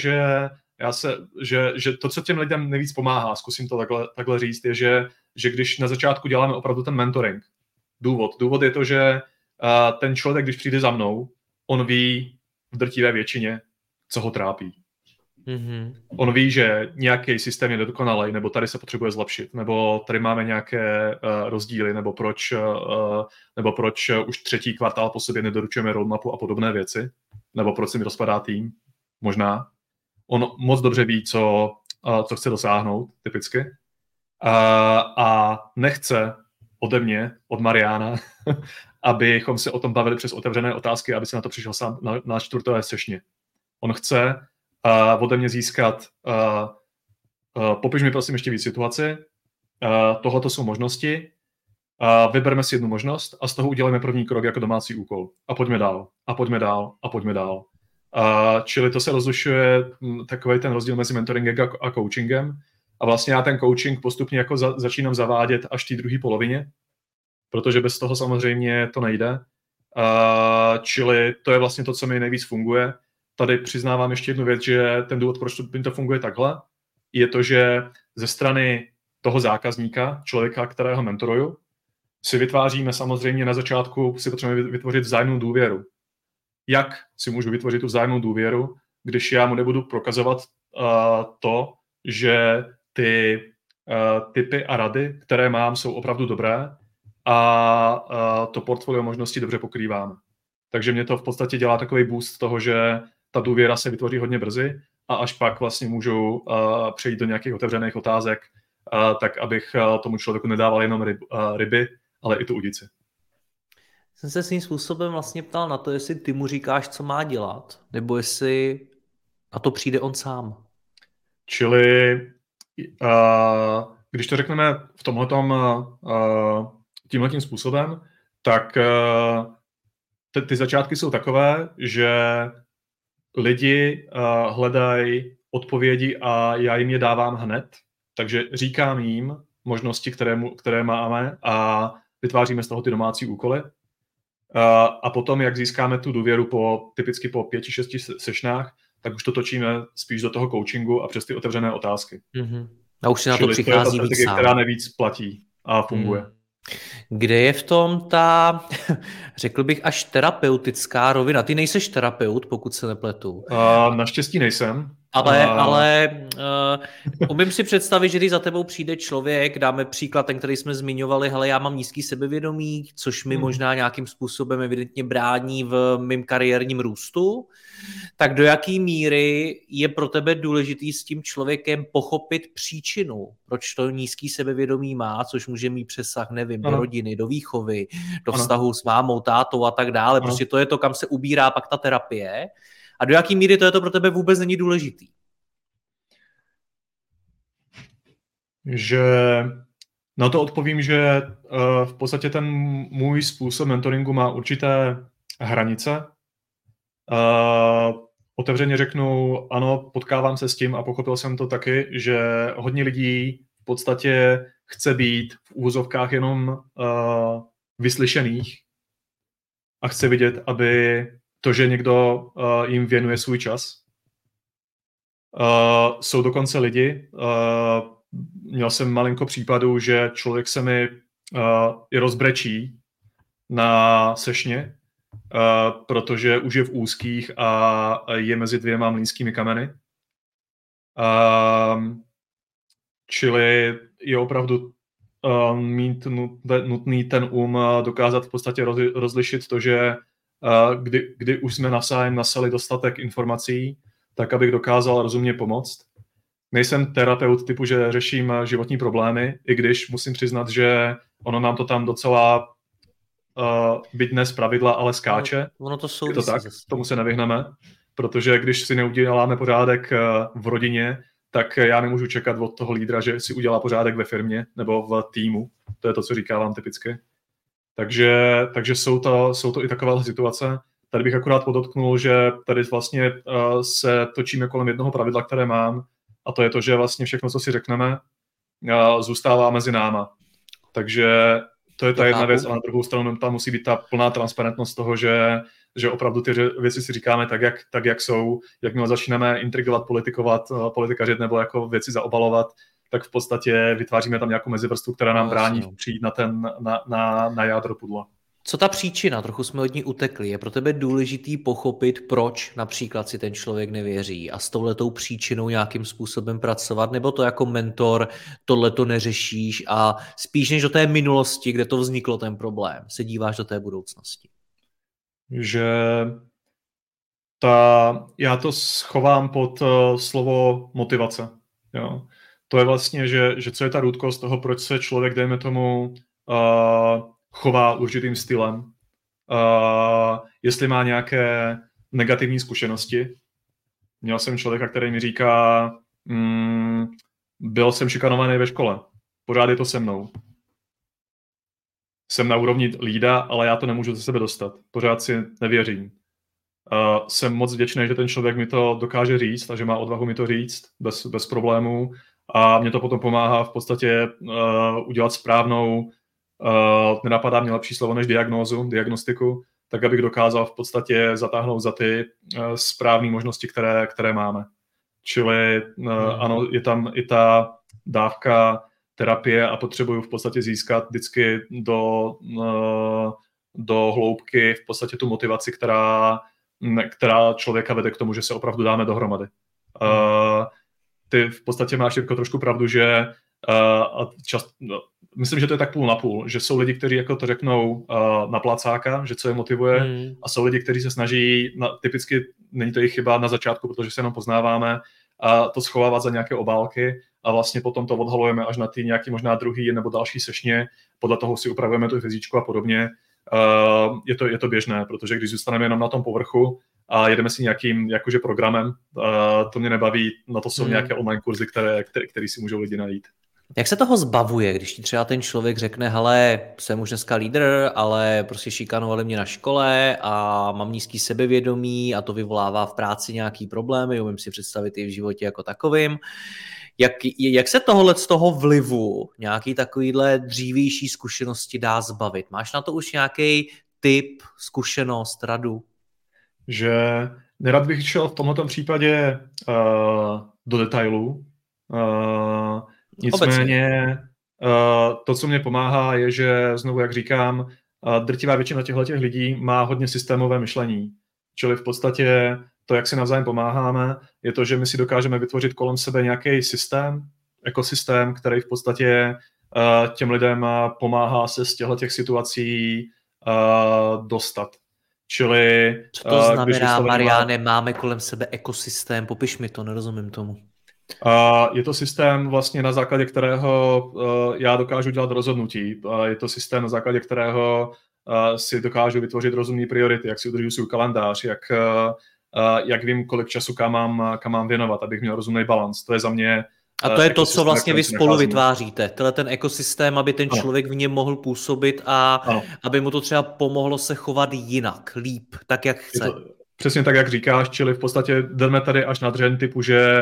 že to, co těm lidem nejvíc pomáhá, zkusím to takhle říct, je, že když na začátku děláme opravdu ten mentoring. Důvod je to, že ten člověk, když přijde za mnou, on ví v drtivé většině, co ho trápí. Mm-hmm. On ví, že nějaký systém je nedokonalý, nebo tady se potřebuje zlepšit, nebo tady máme nějaké rozdíly, nebo proč už třetí kvartál po sobě nedoručujeme roadmapu a podobné věci, nebo proč se mi rozpadá tým, možná. On moc dobře ví, co chce dosáhnout, typicky. A nechce ode mě, od Mariána, abychom se o tom bavili přes otevřené otázky, aby se na to přišel sám na čtvrtové sešně. On chce ode mě získat, popiš mi prosím ještě víc situaci, tohleto jsou možnosti, vybereme si jednu možnost a z toho uděláme první krok jako domácí úkol. A pojďme dál, a pojďme dál, a pojďme dál. Čili to se rozlišuje takový ten rozdíl mezi mentoringem a coachingem. A vlastně já ten coaching postupně jako začínám zavádět až v té druhé polovině, protože bez toho samozřejmě to nejde. Čili to je vlastně to, co mi nejvíc funguje. Tady přiznávám ještě jednu věc, že ten důvod, proč to funguje takhle, je to, že ze strany toho zákazníka, člověka, kterého mentoruju, si vytváříme samozřejmě na začátku, si potřebujeme vytvořit vzájemnou důvěru. Jak si můžu vytvořit tu vzájemnou důvěru, když já mu nebudu prokazovat to, že ty tipy a rady, které mám, jsou opravdu dobré a to portfolio možností dobře pokrýváme. Takže mě to v podstatě dělá takový boost toho, že ta důvěra se vytvoří hodně brzy a až pak vlastně můžu přejít do nějakých otevřených otázek, tak abych tomu člověku nedával jenom ryby, ale i tu udici. Jsem se svým způsobem vlastně ptal na to, jestli ty mu říkáš, co má dělat, nebo jestli na to přijde on sám. Čili když to řekneme v tomhletom tímhletím způsobem, tak ty začátky jsou takové, že lidi hledají odpovědi a já jim je dávám hned, takže říkám jim možnosti, které máme a vytváříme z toho ty domácí úkoly. A potom, jak získáme tu důvěru typicky po 5-6 sešnách, tak už to točíme spíš do toho coachingu a přes ty otevřené otázky. Mm-hmm. A už si na to přichází víc sám. Která nejvíc platí a funguje. Kde je v tom ta, řekl bych, až terapeutická rovina? Ty nejseš terapeut, pokud se nepletu. Naštěstí nejsem. Ale umím si představit, že když za tebou přijde člověk, dáme příklad ten, který jsme zmiňovali, hele, já mám nízký sebevědomí, což mi možná nějakým způsobem evidentně brání v mém kariérním růstu, tak do jaký míry je pro tebe důležitý s tím člověkem pochopit příčinu, proč to nízký sebevědomí má, což může mít přesah, nevím, do rodiny, do výchovy, do vztahu s mámou, tátou a tak dále. Prostě to je to, kam se ubírá pak ta terapie. A do jaký míry to pro tebe vůbec není důležitý? Že na to odpovím, že v podstatě ten můj způsob mentoringu má určité hranice. Otevřeně řeknu, ano, potkávám se s tím a pochopil jsem to taky, že hodně lidí v podstatě chce být v úvozovkách jenom vyslyšených a chce vidět, aby to, že někdo jim věnuje svůj čas. Jsou dokonce lidi, měl jsem malinko případů, že člověk se mi i rozbrečí na sešně, protože už je v úzkých a je mezi dvěma mlýnskými kameny. Čili je opravdu mít nutný ten dokázat v podstatě rozlišit to, že kdy už jsme navzájem nasali dostatek informací, tak abych dokázal rozumně pomoct. Nejsem terapeut typu, že řeším životní problémy, i když musím přiznat, že ono nám to tam docela byť ne z pravidla, ale skáče. Ono to je to tak, tomu se nevyhneme, protože když si neuděláme pořádek v rodině, tak já nemůžu čekat od toho lídra, že si udělá pořádek ve firmě nebo v týmu. To je to, co říkávám typicky. Takže jsou to i taková situace. Tady bych akorát podotknul, že tady vlastně se točíme kolem jednoho pravidla, které mám, a to je to, že vlastně všechno, co si řekneme, zůstává mezi náma. Takže to je ta jedna věc, a na druhou stranu tam musí být ta plná transparentnost toho, že opravdu ty věci si říkáme tak, jak jsou. Jakmile začínáme intrigovat, politikařit nebo jako věci zaobalovat, tak v podstatě vytváříme tam nějakou mezivrstvu, která nám brání přijít na jádro pudla. Co ta příčina? Trochu jsme od ní utekli. Je pro tebe důležitý pochopit, proč například si ten člověk nevěří a s touhletou příčinou nějakým způsobem pracovat, nebo to jako mentor tohleto neřešíš a spíš než do té minulosti, kde to vzniklo ten problém, se díváš do té budoucnosti? Že já to schovám pod slovo motivace. Jo. To je vlastně, že co je ta root toho, proč se člověk, dejme tomu, chová určitým stylem. Jestli má nějaké negativní zkušenosti. Měl jsem člověka, který mi říká, byl jsem šikanovaný ve škole, pořád je to se mnou. Jsem na úrovni lída, ale já to nemůžu ze sebe dostat. Pořád si nevěřím. Jsem moc vděčný, že ten člověk mi to dokáže říct a že má odvahu mi to říct bez problémů. A mě to potom pomáhá v podstatě udělat správnou, nenapadá mě lepší slovo než diagnostiku, tak abych dokázal v podstatě zatáhnout za ty správné možnosti, které máme. Čili ano, je tam i ta dávka terapie a potřebuju v podstatě získat vždycky do hloubky v podstatě tu motivaci, která člověka vede k tomu, že se opravdu dáme dohromady. Ty v podstatě máš Jirko trošku pravdu, že myslím, že to je tak půl na půl, že jsou lidi, kteří jako to řeknou na placáka, že co je motivuje, a jsou lidi, kteří se snaží, typicky není to jejich chyba na začátku, protože se jenom poznáváme, a to schovávat za nějaké obálky a vlastně potom to odhalujeme až na ty nějaký možná druhý nebo další sešně, podle toho si upravujeme tu fyzičku a podobně. Je to běžné, protože když zůstaneme jenom na tom povrchu a jedeme si nějakým jakože programem, to mě nebaví, na to jsou nějaké online kurzy, které si můžou lidi najít. Jak se toho zbavuje, když ti třeba ten člověk řekne, hele, jsem už dneska lídr, ale prostě šikanovali mě na škole a mám nízký sebevědomí a to vyvolává v práci nějaký problémy, umím si představit i v životě jako takovým. Jak se tohle z toho vlivu, nějaký takovýhle dřívější zkušenosti dá zbavit? Máš na to už nějaký tip, zkušenost, radu? Že nerad bych šel v tomto případě do detailů. Nicméně to, co mě pomáhá, je, že znovu, jak říkám, drtivá většina těchto lidí má hodně systémové myšlení. Čili v podstatě to, jak si navzájem pomáháme, je to, že my si dokážeme vytvořit kolem sebe nějaký systém, ekosystém, který v podstatě těm lidem pomáhá se z těch situací dostat. Čili, co to znamená, Mariáne, máme kolem sebe ekosystém? Popiš mi to, nerozumím tomu. Je to systém vlastně na základě kterého já dokážu dělat rozhodnutí. Je to systém na základě kterého si dokážu vytvořit rozumné priority, jak si udržuji svůj kalendář, jak vím, kolik času kam mám věnovat, abych měl rozumný balans. To je za mě. A to je to, co vlastně vy spolu vytváříte. Tenhle ten ekosystém, aby ten člověk v něm mohl působit a aby mu to třeba pomohlo se chovat jinak, líp, tak jak chce. Přesně tak, jak říkáš, čili v podstatě jdeme tady až na dřeň typu, že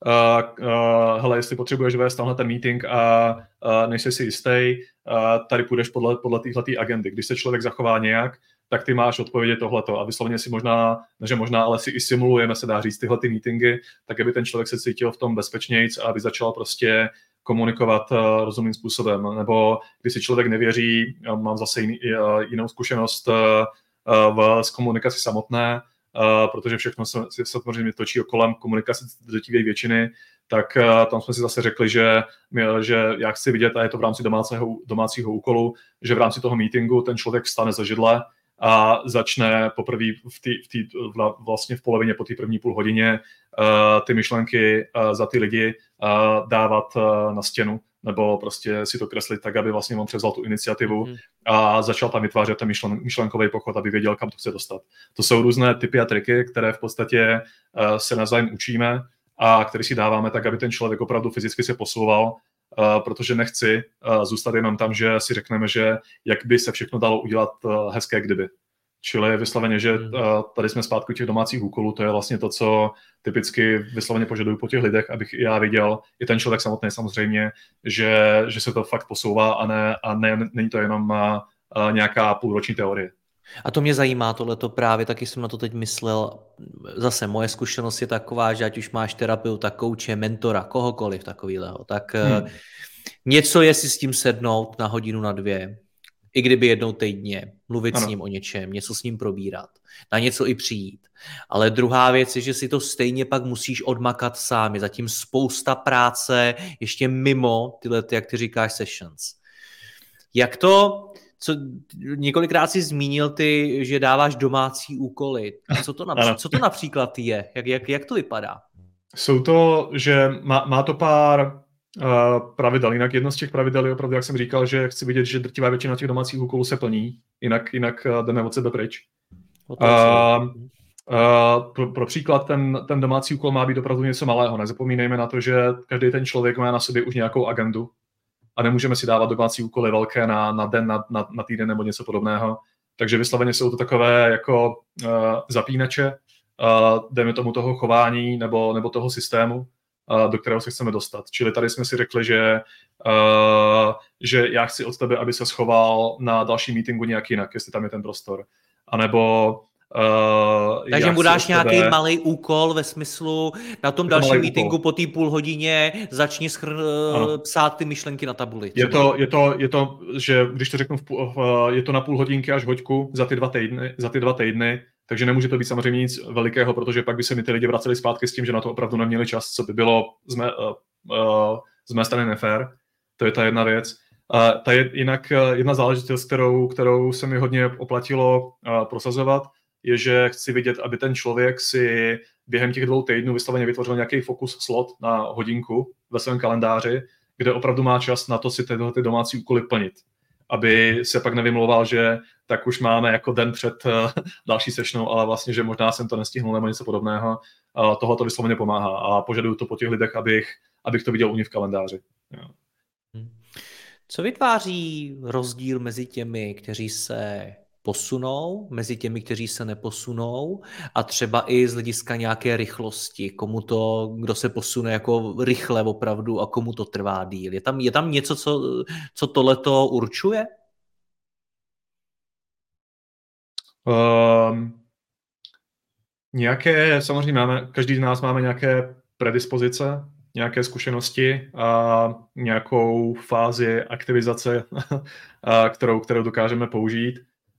hele, jestli potřebuješ vést tenhle ten meeting a nejsi si jistý, tady půjdeš podle téhletý agendy. Když se člověk zachová nějak, tak ty máš odpovědět tohleto a vyslovně si možná, ale si i simulujeme, se dá říct, tyhle ty meetingy, tak aby ten člověk se cítil v tom bezpečnějc a aby začal prostě komunikovat rozumným způsobem. Nebo když si člověk nevěří, mám zase jinou zkušenost s komunikací samotné, protože všechno se samozřejmě točí kolem komunikace drtivé většiny, tak tam jsme si zase řekli, že já chci vidět, a je to v rámci domácího úkolu, že v rámci toho meetingu ten člověk vstane ze židle a začne poprvé vlastně v polovině po té první půl hodině ty myšlenky za ty lidi dávat na stěnu, nebo prostě si to kreslit tak, aby vlastně on převzal tu iniciativu a začal tam vytvářet ten myšlenkový pochod, aby věděl, kam to chce dostat. To jsou různé typy a triky, které v podstatě se navzájem učíme a které si dáváme tak, aby ten člověk opravdu fyzicky se posouval, protože nechci zůstat jenom tam, že si řekneme, že jak by se všechno dalo udělat hezké kdyby. Čili vysloveně, že tady jsme zpátky těch domácích úkolů, to je vlastně to, co typicky vysloveně požaduju po těch lidech, abych i já viděl, i ten člověk samotný samozřejmě, že se to fakt posouvá a není to jenom nějaká půlroční teorie. A to mě zajímá tohleto právě, taky jsem na to teď myslel. Zase moje zkušenost je taková, že ať už máš terapeuta, kouče, mentora, kohokoliv takovýhleho, tak něco je si s tím sednout na hodinu, na dvě, i kdyby jednou týdně, mluvit s ním o něčem, něco s ním probírat, na něco i přijít. Ale druhá věc je, že si to stejně pak musíš odmakat sám. Je zatím spousta práce ještě mimo tyhle, jak ty říkáš, sessions. Jak to, několikrát jsi zmínil ty, že dáváš domácí úkoly. Co to například je? Jak to vypadá? Jsou to, že má to pár pravidel. Jinak jedno z těch pravidel je opravdu, jak jsem říkal, že chci vidět, že drtivá většina těch domácích úkolů se plní, jinak jdeme od sebe pryč. Pro příklad ten domácí úkol má být opravdu něco malého. Nezapomínejme na to, že každý ten člověk má na sobě už nějakou agendu a nemůžeme si dávat domácí úkoly velké na den, na týden nebo něco podobného. Takže vysloveně jsou to takové jako zapínače, dejme tomu toho chování nebo toho systému, do kterého se chceme dostat. Čili tady jsme si řekli, že já chci od tebe, aby se schoval na další meetingu nějak jinak, jestli tam je ten prostor. A nebo takže mu dáš nějaký malý úkol ve smyslu na tom dalším meetingu po té půl hodině začni psát ty myšlenky na tabuli. Je to, že když to řeknu, je to na půl hodinky až hoďku za ty dva týdny, takže nemůže to být samozřejmě nic velikého, protože pak by se mi ty lidi vraceli zpátky s tím, že na to opravdu neměli čas, co by bylo z mé strany nefér. To je ta jedna věc. Ta je jinak jedna záležitost, kterou se mi hodně oplatilo prosazovat, je, že chci vidět, aby ten člověk si během těch 2 týdnů vysloveně vytvořil nějaký focus slot na hodinku ve svém kalendáři, kde opravdu má čas na to si ty domácí úkoly plnit. Aby se pak nevymlouval, že tak už máme jako den před další sešnou, ale vlastně, že možná jsem to nestihnul nebo něco podobného. Tohle to vysloveně pomáhá a požaduju to po těch lidech, abych to viděl u nich v kalendáři. Jo. Co vytváří rozdíl mezi těmi, kteří se posunou, mezi těmi, kteří se neposunou a třeba i z hlediska nějaké rychlosti, kdo se posune jako rychle opravdu a komu to trvá díl? Je tam něco, co tohleto určuje? Samozřejmě každý z nás máme nějaké predispozice, nějaké zkušenosti a nějakou fázi aktivizace, kterou dokážeme použít.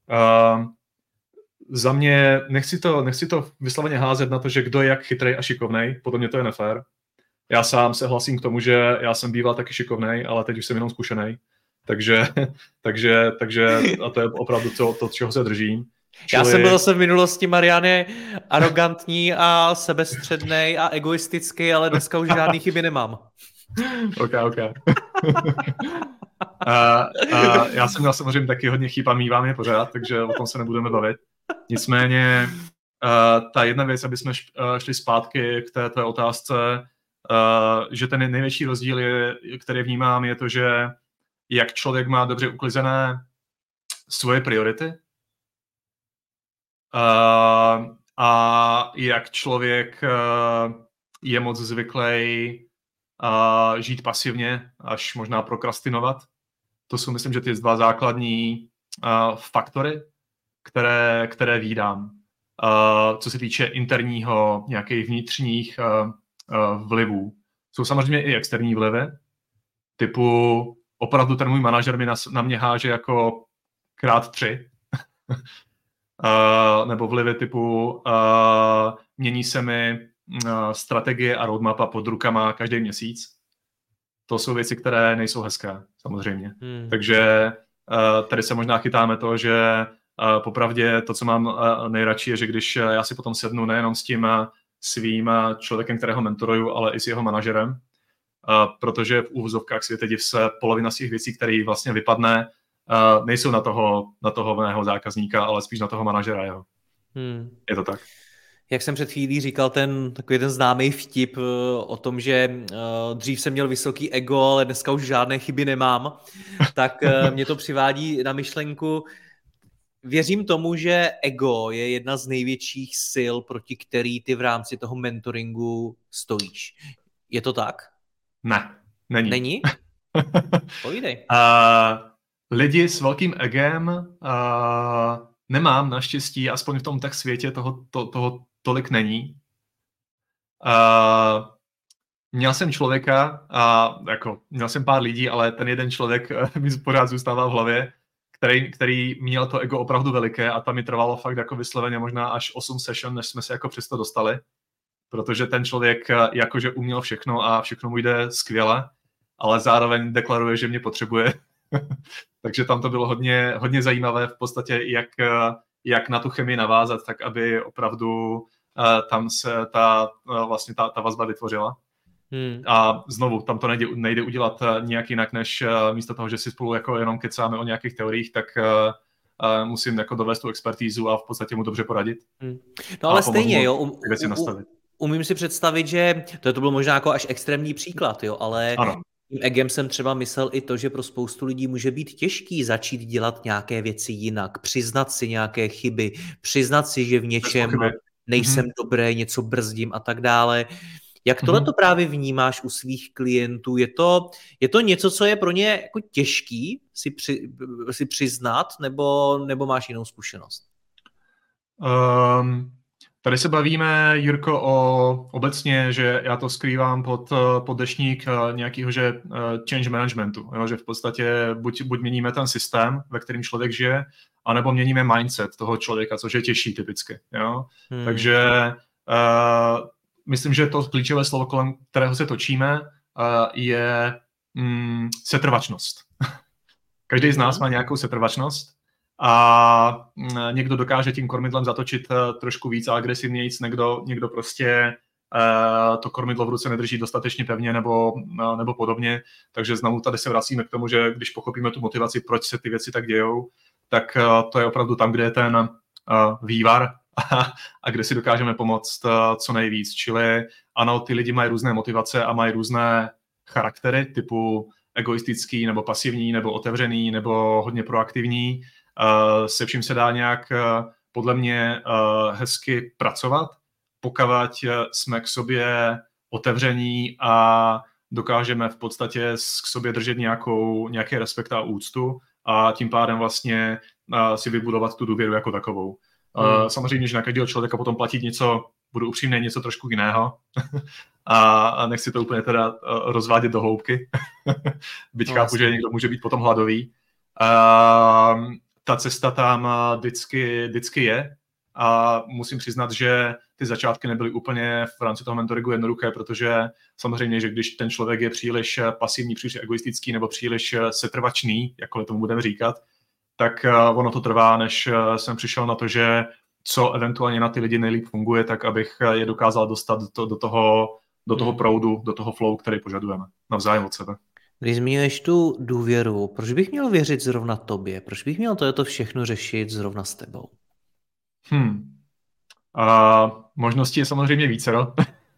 Za mě nechci to vysloveně házet na to, že kdo je jak chytrej a šikovnej, podle mě to je nefér. Já sám se hlasím k tomu, že já jsem býval taky šikovnej, ale teď už jsem jenom zkušenej. Takže a to je opravdu to, čeho se držím. Já jsem byl zase v minulosti, Mariane, arrogantní a sebestřednej a egoistický, ale dneska už žádný chyby nemám. OK. Já jsem měl samozřejmě taky hodně chyb a mívám je pořád, takže o tom se nebudeme bavit. Nicméně ta jedna věc, aby jsme šli zpátky k té tvé otázce, že ten největší rozdíl, který vnímám, je to, že jak člověk má dobře uklizené svoje priority, a jak člověk je moc zvyklý žít pasivně, až možná prokrastinovat. To jsou, myslím, že ty dva základní faktory, které vídám. Co se týče interního, nějakých vnitřních vlivů. Jsou samozřejmě i externí vlivy, typu opravdu ten můj manažer na mě háže jako krát 3. Nebo vlivy typu mění se mi strategie a roadmapa pod rukama každý měsíc. To jsou věci, které nejsou hezké, samozřejmě. Takže tady se možná chytáme to, že popravdě to, co mám nejradši, je, že když já si potom sednu nejenom s tím svým člověkem, kterého mentoruju, ale i s jeho manažerem, protože v úvozovkách světe div se polovina z těch věcí, které vlastně vypadne, nejsou na toho mého zákazníka, ale spíš na toho manažera jeho. Je to tak. Jak jsem před chvílí říkal, takový ten známý vtip o tom, že dřív jsem měl vysoký ego, ale dneska už žádné chyby nemám, tak mě to přivádí na myšlenku. Věřím tomu, že ego je jedna z největších sil, proti který ty v rámci toho mentoringu stojíš. Je to tak? Ne, není. Není? Povídej. Lidi s velkým egem nemám naštěstí, aspoň v tom tak světě toho tolik není. Měl jsem člověka, měl jsem pár lidí, ale ten jeden člověk mi pořád zůstával v hlavě, který měl to ego opravdu veliké a tam mi trvalo fakt jako vysloveně možná až 8 session, než jsme se jako přesto dostali, protože ten člověk jakože uměl všechno a všechno mu jde skvěle, ale zároveň deklaruje, že mě potřebuje. Takže tam to bylo hodně zajímavé v podstatě, jak na tu chemii navázat, tak aby opravdu tam se ta vazba vytvořila. A znovu, tam to nejde udělat nějak jinak, než místo toho, že si spolu jako jenom kecáme o nějakých teoriích, tak musím jako dovést tu expertízu a v podstatě mu dobře poradit. No ale stejně, jo, umím si představit, že to byl možná jako až extrémní příklad, jo, ale ano. Tím egem jsem třeba myslel i to, že pro spoustu lidí může být těžký začít dělat nějaké věci jinak, přiznat si nějaké chyby, přiznat si, že v něčem nejsem dobré, něco brzdím a tak dále. Jak tohleto právě vnímáš u svých klientů? Je to něco, co je pro ně jako těžký si přiznat, nebo máš jinou zkušenost? Tady se bavíme, Jirko, obecně, že já to skrývám pod deštník nějakého change managementu, jo, že v podstatě buď měníme ten systém, ve kterém člověk žije, anebo měníme mindset toho člověka, což je těžší typicky. Jo. Takže myslím, že to klíčové slovo, kolem kterého se točíme, je setrvačnost. Každý z nás má nějakou setrvačnost a někdo dokáže tím kormidlem zatočit trošku víc a agresivnějc, někdo prostě to kormidlo v ruce nedrží dostatečně pevně nebo podobně. Takže znovu tady se vracíme k tomu, že když pochopíme tu motivaci, proč se ty věci tak dějou, tak to je opravdu tam, kde je ten vývar a kde si dokážeme pomoct co nejvíc. Čili ano, ty lidi mají různé motivace a mají různé charaktery, typu egoistický, nebo pasivní, nebo otevřený, nebo hodně proaktivní. Se vším se dá nějak podle mě hezky pracovat, pokud jsme k sobě otevření a dokážeme v podstatě k sobě držet nějaký respekt a úctu a tím pádem vlastně si vybudovat tu důvěru jako takovou. Samozřejmě, že na každého člověka potom platí něco, budu upřímný, něco trošku jiného a nechci to úplně teda rozvádět do hloubky, byť chápu, že někdo může být potom hladový. Ta cesta tam vždycky je a musím přiznat, že ty začátky nebyly úplně v rámci toho mentoringu jednoduché, protože samozřejmě, že když ten člověk je příliš pasivní, příliš egoistický nebo příliš setrvačný, jakkoliv tomu budeme říkat, tak ono to trvá, než jsem přišel na to, že co eventuálně na ty lidi nejlíp funguje, tak abych je dokázal dostat do toho proudu, do toho flow, který požadujeme navzájem od sebe. Když zmiňuješ tu důvěru, proč bych měl věřit zrovna tobě? Proč bych měl to všechno řešit zrovna s tebou? Možností je samozřejmě vícero.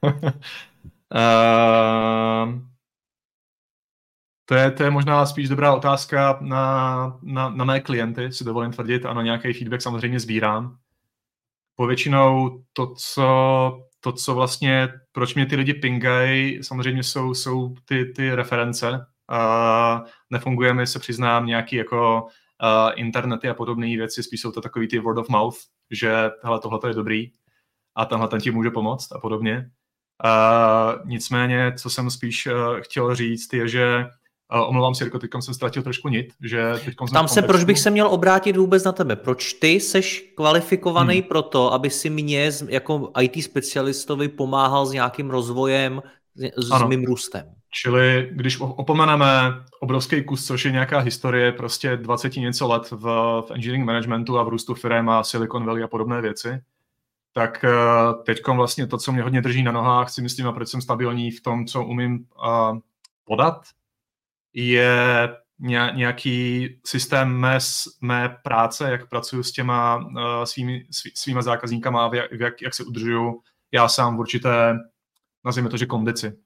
To je možná spíš dobrá otázka na mé klienty, si dovolím tvrdit, a na nějaký feedback samozřejmě sbírám. Povětšinou to, co vlastně, proč mě ty lidi pingají, samozřejmě jsou ty reference. Nefungujeme, se přiznám, nějaký jako internety a podobné věci, spíš jsou to takový ty word of mouth, že tohle je dobrý a tenhle ten ti může pomoct a podobně. Nicméně, co jsem spíš chtěl říct, je, že omlouvám se, teďkom jsem ztratil trošku nit, že teďkom tam se, proč bych se měl obrátit vůbec na tebe? Proč ty seš kvalifikovaný pro to, aby si mě jako IT specialistovi pomáhal s nějakým rozvojem, s mým růstem? Čili když opomeneme obrovský kus, což je nějaká historie prostě 20 něco let v engineering managementu a v růstu firem a Silicon Valley a podobné věci, tak teďkom vlastně to, co mě hodně drží na nohách, si myslím, a proč jsem stabilní v tom, co umím podat, je nějaký systém mé práce, jak pracuji s těma svýma zákazníkama, jak se udržuju já sám v určité, nazvěme to, že kondici.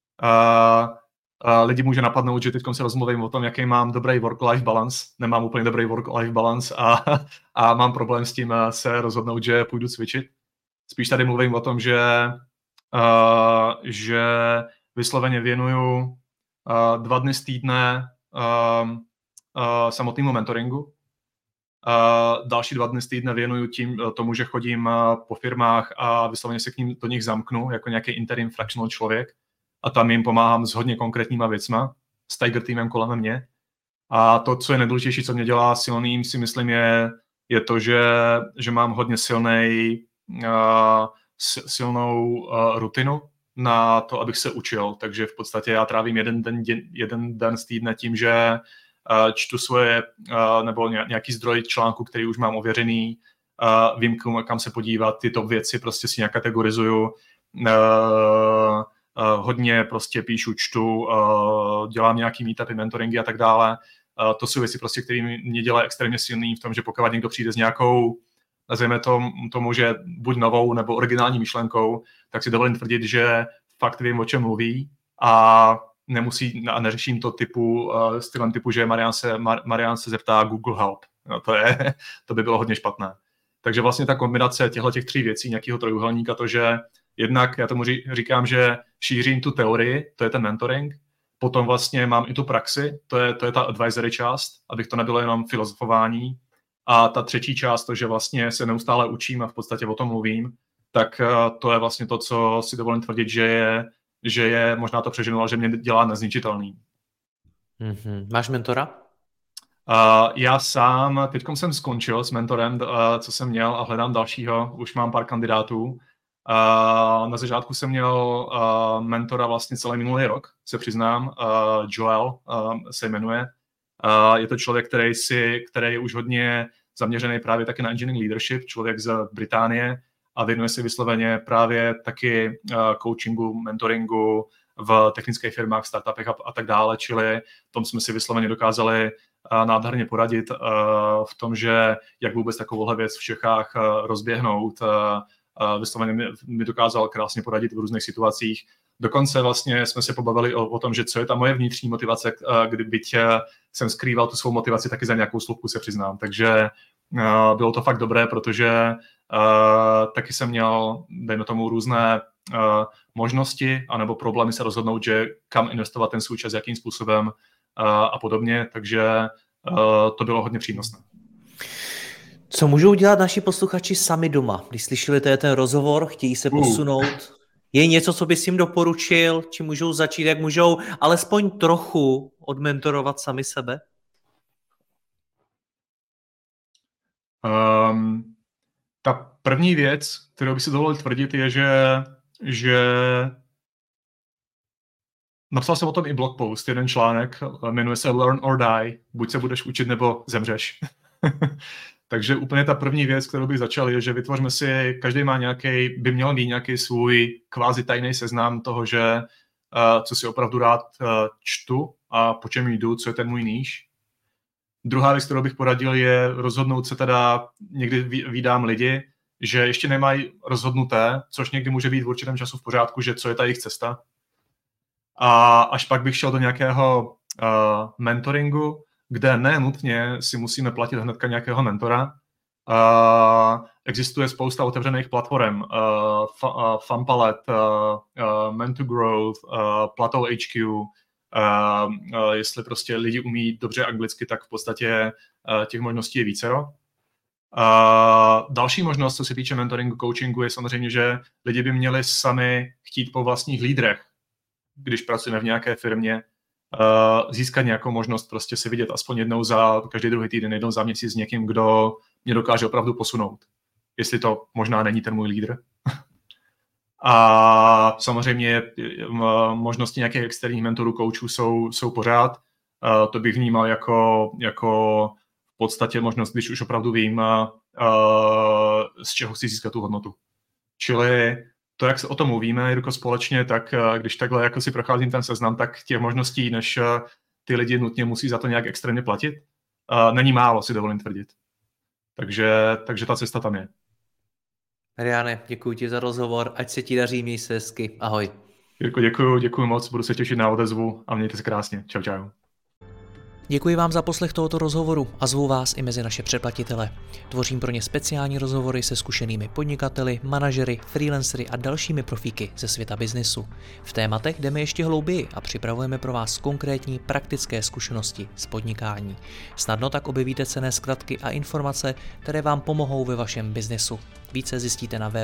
Lidi může napadnout, že teď se rozmluvím o tom, jaký mám dobrý work-life balance. Nemám úplně dobrý work-life balance a mám problém s tím se rozhodnout, že půjdu cvičit. Spíš tady mluvím o tom, že vysloveně věnuju 2 dny z týdne samotnému mentoringu. Další 2 dny z týdne věnuju tomu, že chodím po firmách a vysloveně se do nich zamknu jako nějaký interim fractional člověk a tam jim pomáhám s hodně konkrétníma věcma, s Tiger týmem kolem mě. A to, co je nejdůležitější, co mě dělá silným, si myslím, je to, že mám hodně silnou rutinu na to, abych se učil. Takže v podstatě já trávím jeden den z týdne tím, že čtu svoje nebo nějaký zdroj článku, který už mám ověřený, vím, kam se podívat, tyto věci prostě si nějak kategorizuju, hodně prostě píšu, čtu, dělám nějaký meetupy, mentoringy a tak dále. To jsou věci prostě, které mě dělají extrémně silný v tom, že pokud někdo přijde s nějakou, nazvěme tomu, že buď novou nebo originální myšlenkou, tak si dovolím tvrdit, že fakt vím, o čem mluví a neřeším to stylem typu, že Marian se zeptá Google Help. No, to by bylo hodně špatné. Takže vlastně ta kombinace těch 3 věcí, nějakého trojuhelníka, to, že jednak já tomu říkám, že šířím tu teorii, to je ten mentoring, potom vlastně mám i tu praxi, to je ta advisory část, abych to nebylo jenom filozofování, a ta třetí část, to, že vlastně se neustále učím a v podstatě o tom mluvím, tak to je vlastně to, co si dovolím tvrdit, že je možná to přeženu, ale že mě dělá nezničitelný. Máš mentora? Já sám, teďkom jsem skončil s mentorem, co jsem měl, a hledám dalšího, už mám pár kandidátů. Na začátku jsem měl mentora vlastně celý minulý rok, se přiznám, Joel se jmenuje. Je to člověk, který je už hodně zaměřený právě taky na engineering leadership, člověk z Británie a věnuje se vysloveně právě taky coachingu, mentoringu v technických firmách, startupech a tak dále, čili v tom jsme si vysloveně dokázali nádherně poradit v tom, že jak vůbec takovouhle věc v Čechách rozběhnout. Vysloveně mi dokázal krásně poradit v různých situacích. Dokonce vlastně jsme se pobavili o tom, že co je ta moje vnitřní motivace, byť jsem skrýval tu svou motivaci taky za nějakou slupku, se přiznám. Takže bylo to fakt dobré, protože taky jsem měl, dejme tomu, různé možnosti anebo problémy se rozhodnout, že kam investovat ten svůj čas, jakým způsobem a podobně. Takže to bylo hodně přínosné. Co můžou dělat naši posluchači sami doma, když slyšeli ten rozhovor, chtějí se posunout? Je něco, co bys jim doporučil, či můžou začít, jak můžou alespoň trochu odmentorovat sami sebe? Ta první věc, kterou bych si dovolil tvrdit, je, že napsal jsem o tom i blog post, jeden článek, jmenuje se Learn or Die, buď se budeš učit, nebo zemřeš. Takže úplně ta první věc, kterou bych začal, je, že vytvořme si, každý má by měl mít nějaký svůj kvázi tajný seznam toho, že co si opravdu rád čtu a po čem jdu, co je ten můj níž. Druhá věc, kterou bych poradil, je rozhodnout se teda, někdy vídám lidi, že ještě nemají rozhodnuté, což někdy může být v určitém času v pořádku, že co je ta jejich cesta. A až pak bych šel do nějakého mentoringu, kde ne nutně si musíme platit hnedka nějakého mentora. Existuje spousta otevřených platform, FunPallet, Mentor Growth, Plateau HQ. Jestli prostě lidi umí dobře anglicky, tak v podstatě těch možností je vícero. Další možnost, co se týče mentoringu, coachingu, je samozřejmě, že lidi by měli sami chtít po vlastních lídrech, když pracujeme v nějaké firmě, získat nějakou možnost prostě si vidět aspoň jednou za každý druhý týden, jednou za měsíc s někým, kdo mě dokáže opravdu posunout. Jestli to možná není ten můj lídr. A samozřejmě možnosti nějakých externích mentorů, coachů jsou pořád. To bych vnímal jako v podstatě možnost, když už opravdu vím, z čeho chci získat tu hodnotu. Čili to, jak se o tom mluvíme, Jirko, společně, tak když takhle jako si procházím ten seznam, tak těch možností, než ty lidi nutně musí za to nějak extrémně platit, není málo, si dovolím tvrdit. Takže ta cesta tam je. Mariane, děkuji ti za rozhovor, ať se ti daří, měj se hezky, ahoj. Jirko, děkuji moc, budu se těšit na odezvu a mějte se krásně. Čau. Děkuji vám za poslech tohoto rozhovoru a zvu vás i mezi naše předplatitele. Tvořím pro ně speciální rozhovory se zkušenými podnikateli, manažery, freelancery a dalšími profíky ze světa biznisu. V tématech jdeme ještě hlouběji a připravujeme pro vás konkrétní praktické zkušenosti z podnikání. Snadno tak objevíte cenné zkratky a informace, které vám pomohou ve vašem biznesu. Více zjistíte na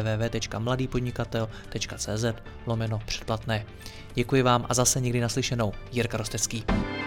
www.mladýpodnikatel.cz/předplatné. Děkuji vám a zase někdy naslyšenou. Jirka Rostecký.